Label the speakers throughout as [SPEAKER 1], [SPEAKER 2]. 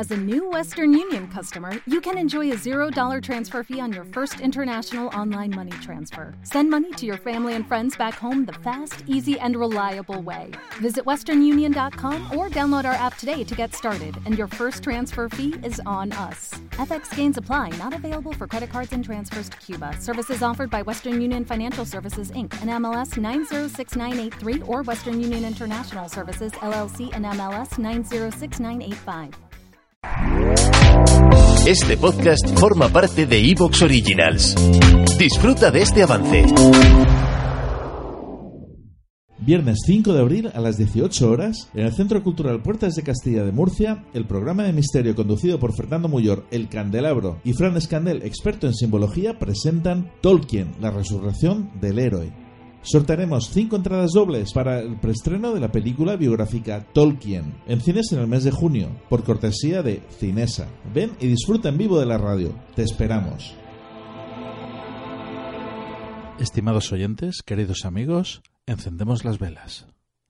[SPEAKER 1] As a new Western Union customer, you can enjoy a $0 transfer fee on your first international online money transfer. Send money to your family and friends back home the fast, easy, and reliable way. Visit westernunion.com or download our app today to get started, and your first transfer fee is on us. FX gains apply, not available for credit cards and transfers to Cuba. Services offered by Western Union Financial Services, Inc., and MLS 906983, or Western Union International Services, LLC, and MLS 906985.
[SPEAKER 2] Este podcast forma parte de iVoox Originals. Disfruta de este avance.
[SPEAKER 3] Viernes 5 de abril a las 18 horas, en el Centro Cultural Puertas de Castilla de Murcia, el programa de misterio conducido por Fernando Muyor, El Candelabro, y Fran Escandel, experto en simbología, presentan Tolkien, la resurrección del héroe. Sortearemos 5 entradas dobles para el preestreno de la película biográfica Tolkien, en cines en el mes de junio, por cortesía de Cinesa. Ven y disfruta en vivo de la radio. Te esperamos. Estimados oyentes, queridos amigos, encendemos las velas.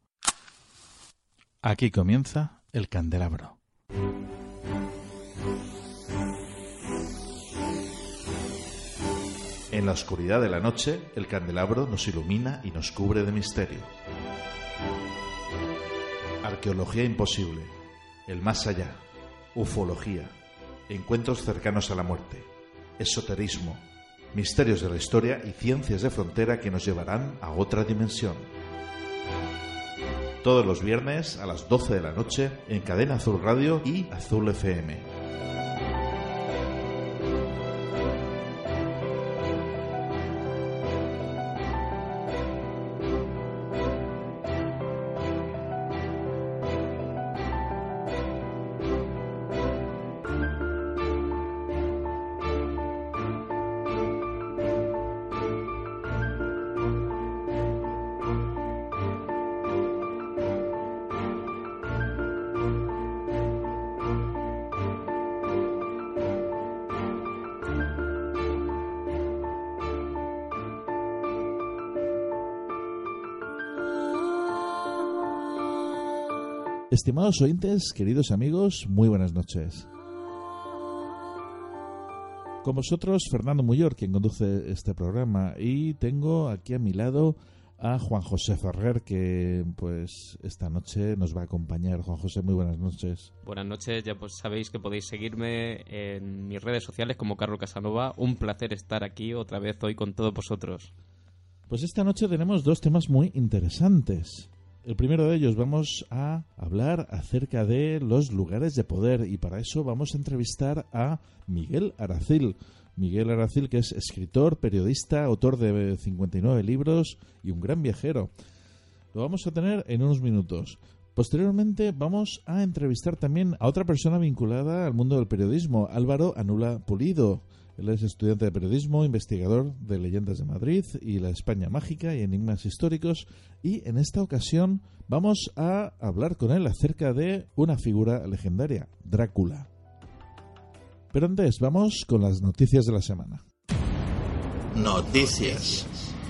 [SPEAKER 3] Aquí comienza El Candelabro. En la oscuridad de la noche, el candelabro nos ilumina y nos cubre de misterio. Arqueología imposible, el más allá, ufología, encuentros cercanos a la muerte, esoterismo, misterios de la historia y ciencias de frontera que nos llevarán a otra dimensión. Todos los viernes a las 12 de la noche en Cadena Azul Radio y Azul FM. Estimados oyentes, queridos amigos, muy buenas noches. Con vosotros, Fernando Muyor, quien conduce este programa, y tengo aquí a mi lado a Juan José Ferrer, que pues esta noche nos va a acompañar. Juan José, muy buenas noches.
[SPEAKER 4] Buenas noches, ya pues sabéis que podéis seguirme en mis redes sociales como Carlos Casanova. Un placer estar aquí otra vez hoy con todos vosotros.
[SPEAKER 3] Pues esta noche tenemos dos temas muy interesantes. El primero de ellos, vamos a hablar acerca de los lugares de poder, y para eso vamos a entrevistar a Miguel Aracil. Miguel Aracil, que es escritor, periodista, autor de 59 libros y un gran viajero. Lo vamos a tener en unos minutos. Posteriormente vamos a entrevistar también a otra persona vinculada al mundo del periodismo, Álvaro Anula Pulido. Él es estudiante de periodismo, investigador de Leyendas de Madrid y La España Mágica y Enigmas Históricos, y en esta ocasión vamos a hablar con él acerca de una figura legendaria, Drácula. Pero antes, vamos con las noticias de la semana.
[SPEAKER 5] Noticias.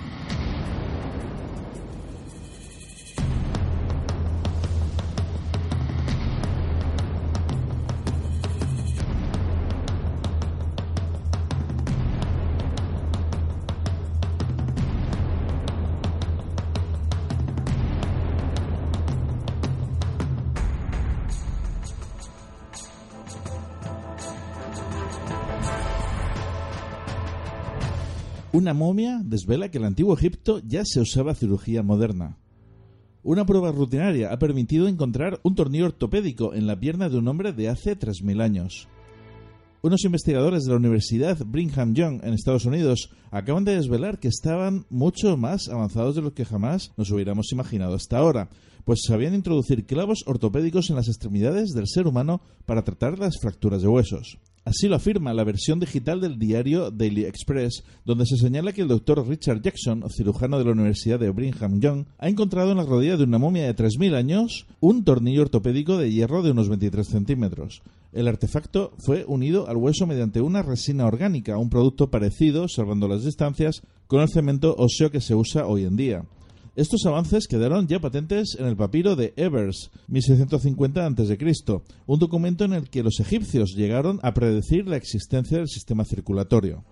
[SPEAKER 3] Una momia desvela que en el antiguo Egipto ya se usaba cirugía moderna. Una prueba rutinaria ha permitido encontrar un tornillo ortopédico en la pierna de un hombre de hace 3.000 años. Unos investigadores de la Universidad Brigham Young en Estados Unidos acaban de desvelar que estaban mucho más avanzados de lo que jamás nos hubiéramos imaginado hasta ahora, pues sabían introducir clavos ortopédicos en las extremidades del ser humano para tratar las fracturas de huesos. Así lo afirma la versión digital del diario Daily Express, donde se señala que el doctor Richard Jackson, cirujano de la Universidad de Brigham Young, ha encontrado en la rodilla de una momia de 3.000 años un tornillo ortopédico de hierro de unos 23 centímetros. El artefacto fue unido al hueso mediante una resina orgánica, un producto parecido, salvando las distancias, con el cemento óseo que se usa hoy en día. Estos avances quedaron ya patentes en el papiro de Ebers, 1650 a.C., un documento en el que los egipcios llegaron a predecir la existencia del sistema circulatorio.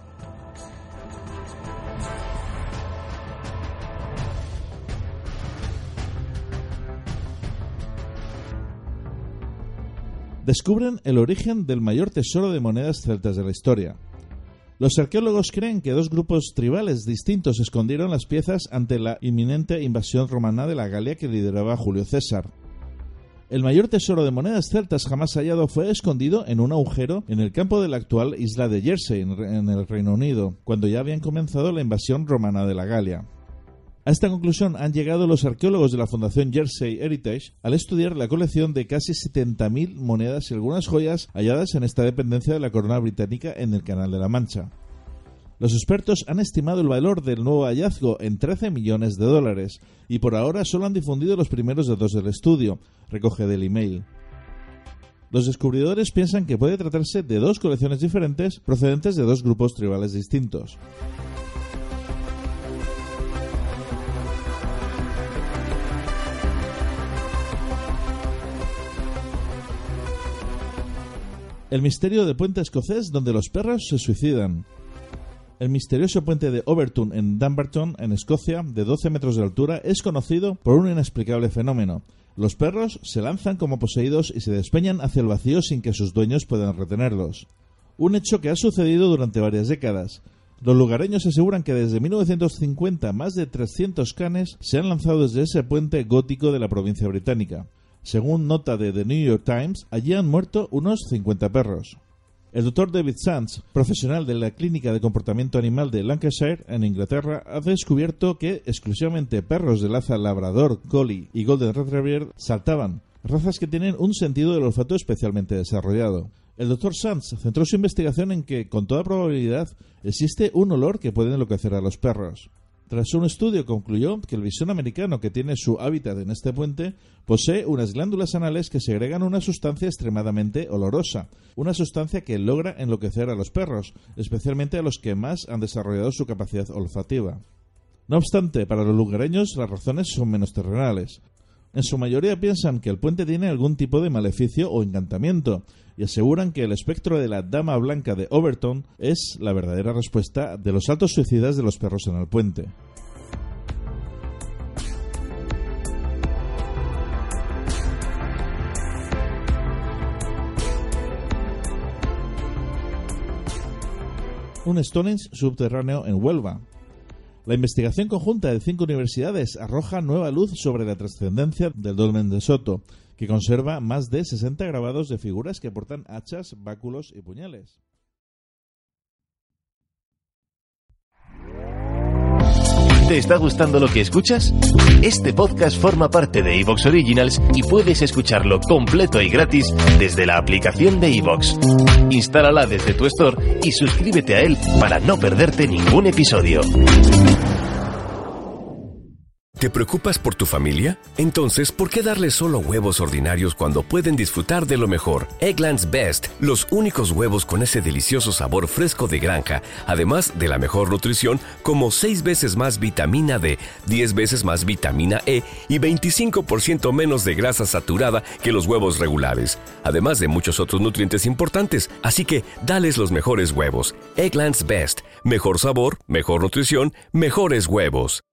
[SPEAKER 3] Descubren el origen del mayor tesoro de monedas celtas de la historia. Los arqueólogos creen que dos grupos tribales distintos escondieron las piezas ante la inminente invasión romana de la Galia que lideraba Julio César. El mayor tesoro de monedas celtas jamás hallado fue escondido en un agujero en el campo de la actual isla de Jersey, en el Reino Unido, cuando ya habían comenzado la invasión romana de la Galia. A esta conclusión han llegado los arqueólogos de la Fundación Jersey Heritage al estudiar la colección de casi 70.000 monedas y algunas joyas halladas en esta dependencia de la corona británica en el Canal de la Mancha. Los expertos han estimado el valor del nuevo hallazgo en $13 millones y por ahora solo han difundido los primeros datos del estudio, recoge Daily Mail. Los descubridores piensan que puede tratarse de dos colecciones diferentes procedentes de dos grupos tribales distintos. El misterio del puente escocés donde los perros se suicidan. El misterioso puente de Overton en Dumbarton, en Escocia, de 12 metros de altura, es conocido por un inexplicable fenómeno. Los perros se lanzan como poseídos y se despeñan hacia el vacío sin que sus dueños puedan retenerlos. Un hecho que ha sucedido durante varias décadas. Los lugareños aseguran que desde 1950 más de 300 canes se han lanzado desde ese puente gótico de la provincia británica. Según nota de The New York Times, allí han muerto unos 50 perros. El Dr. David Sands, profesional de la Clínica de Comportamiento Animal de Lancashire, en Inglaterra, ha descubierto que exclusivamente perros de raza Labrador, Collie y Golden Retriever saltaban, razas que tienen un sentido del olfato especialmente desarrollado. El Dr. Sands centró su investigación en que, con toda probabilidad, existe un olor que puede enloquecer a los perros. Tras un estudio concluyó que el bisón americano, que tiene su hábitat en este puente, posee unas glándulas anales que segregan una sustancia extremadamente olorosa, una sustancia que logra enloquecer a los perros, especialmente a los que más han desarrollado su capacidad olfativa. No obstante, para los lugareños las razones son menos terrenales. En su mayoría piensan que el puente tiene algún tipo de maleficio o encantamiento y aseguran que el espectro de la Dama Blanca de Overton es la verdadera respuesta de los saltos suicidas de los perros en el puente. Un Stonehenge subterráneo en Huelva. La investigación conjunta de 5 universidades arroja nueva luz sobre la trascendencia del dolmen de Soto, que conserva más de 60 grabados de figuras que portan hachas, báculos y puñales.
[SPEAKER 2] ¿Te está gustando lo que escuchas? Este podcast forma parte de iVoox Originals y puedes escucharlo completo y gratis desde la aplicación de iVoox. Instálala desde tu store y suscríbete a él para no perderte ningún episodio.
[SPEAKER 5] ¿Te preocupas por tu familia? Entonces, ¿por qué darles solo huevos ordinarios cuando pueden disfrutar de lo mejor? Eggland's Best, los únicos huevos con ese delicioso sabor fresco de granja, además de la mejor nutrición, como 6 veces más vitamina D, 10 veces más vitamina E y 25% menos de grasa saturada que los huevos regulares, además de muchos otros nutrientes importantes. Así que, dales los mejores huevos. Eggland's Best, mejor sabor, mejor nutrición, mejores huevos.